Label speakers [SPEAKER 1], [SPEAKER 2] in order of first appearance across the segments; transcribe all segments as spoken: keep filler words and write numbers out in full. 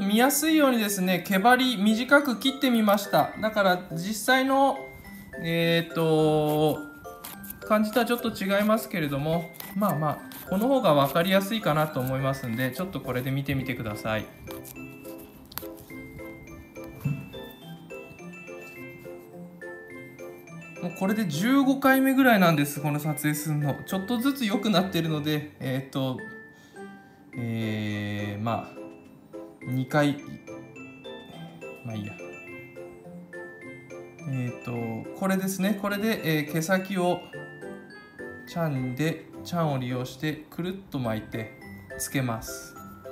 [SPEAKER 1] 見やすいようにですね、毛針短く切ってみました。だから実際のえっと感じとはちょっと違いますけれども、まあまあこの方が分かりやすいかなと思いますんで、ちょっとこれで見てみてください。もうこれでじゅうごかいめぐらいなんです、この撮影するの。ちょっとずつ良くなってるので、えっとえー、まあにかい、まあいいや。えっとこれですね、これで、えー、毛先をチャンでチャンを利用してくるっと巻いてつけます。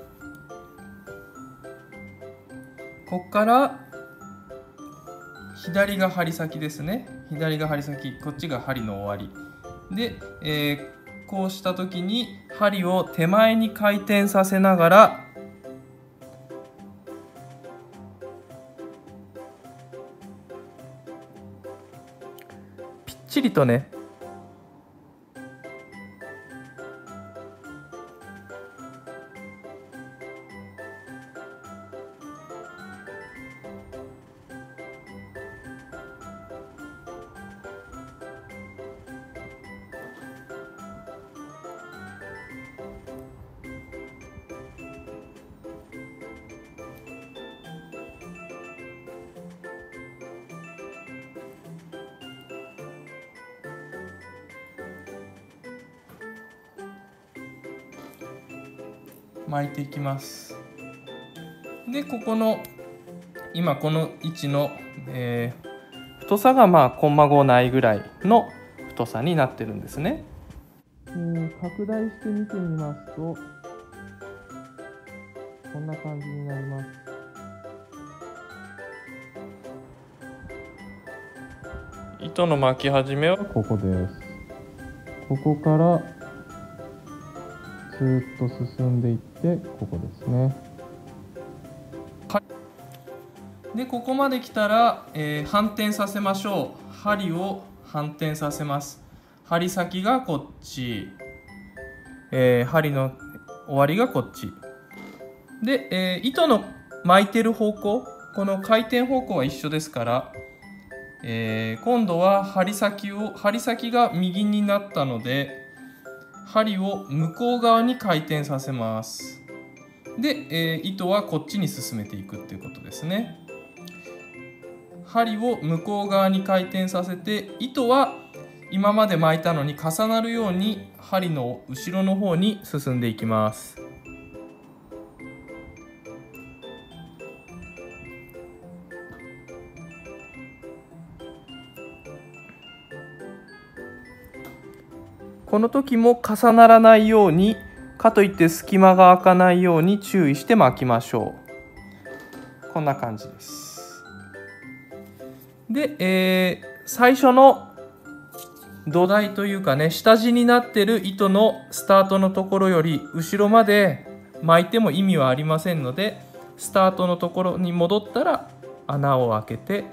[SPEAKER 1] こっから左が針先ですね。左が針先、こっちが針の終わりで、えー、こうした時に針を手前に回転させながらぴっちりとね、巻いていきます。でここの今この位置の、えー、太さがまあコンマごないぐらいの太さになってるんですね。えー、拡大して見てみますとこんな感じになります。糸の巻き始めはここです。ここからずっと進んでいってここですね。でここまで来たら、えー、反転させましょう。針を反転させます。針先がこっち、えー、針の終わりがこっちで、えー、糸の巻いてる方向、この回転方向は一緒ですから、えー、今度は針先を針先が右になったので針を向こう側に回転させます。で、えー、糸はこっちに進めていくっていうことですね。針を向こう側に回転させて、糸は今まで巻いたのに重なるように針の後ろの方に進んでいきます。この時も重ならないように、かといって隙間が開かないように注意して巻きましょう。こんな感じです。で、えー、最初の土台というかね、下地になってる糸のスタートのところより後ろまで巻いても意味はありませんので、スタートのところに戻ったら穴を開けて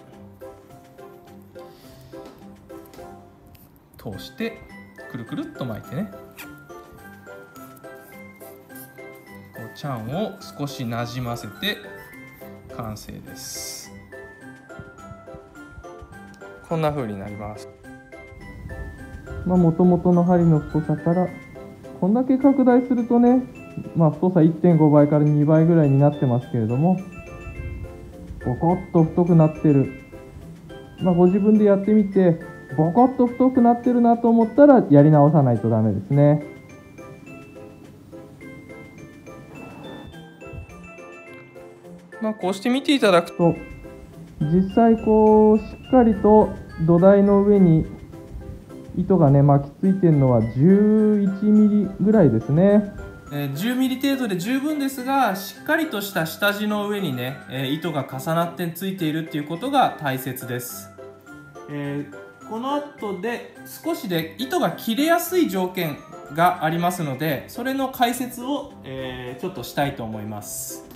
[SPEAKER 1] 通してくるくるっと巻いてね、こうチャンを少しなじませて完成です。こんな風になります。まあ元々の針の太さからこんだけ拡大するとね、まあ、太さ いってんご 倍からにばいぐらいになってますけれども、ボコッと太くなってる、まあ、ご自分でやってみてボコッと太くなってるなと思ったらやり直さないとダメですね。まあこうして見ていただくと、実際こうしっかりと土台の上に糸がね巻きついてるのはじゅういちミリぐらいですね。じゅうミリ程度で十分ですが、しっかりとした下地の上にね糸が重なってついているっていうことが大切です。えー、この後で少しで糸が切れやすい条件がありますので、それの解説を、えー、ちょっとしたいと思います。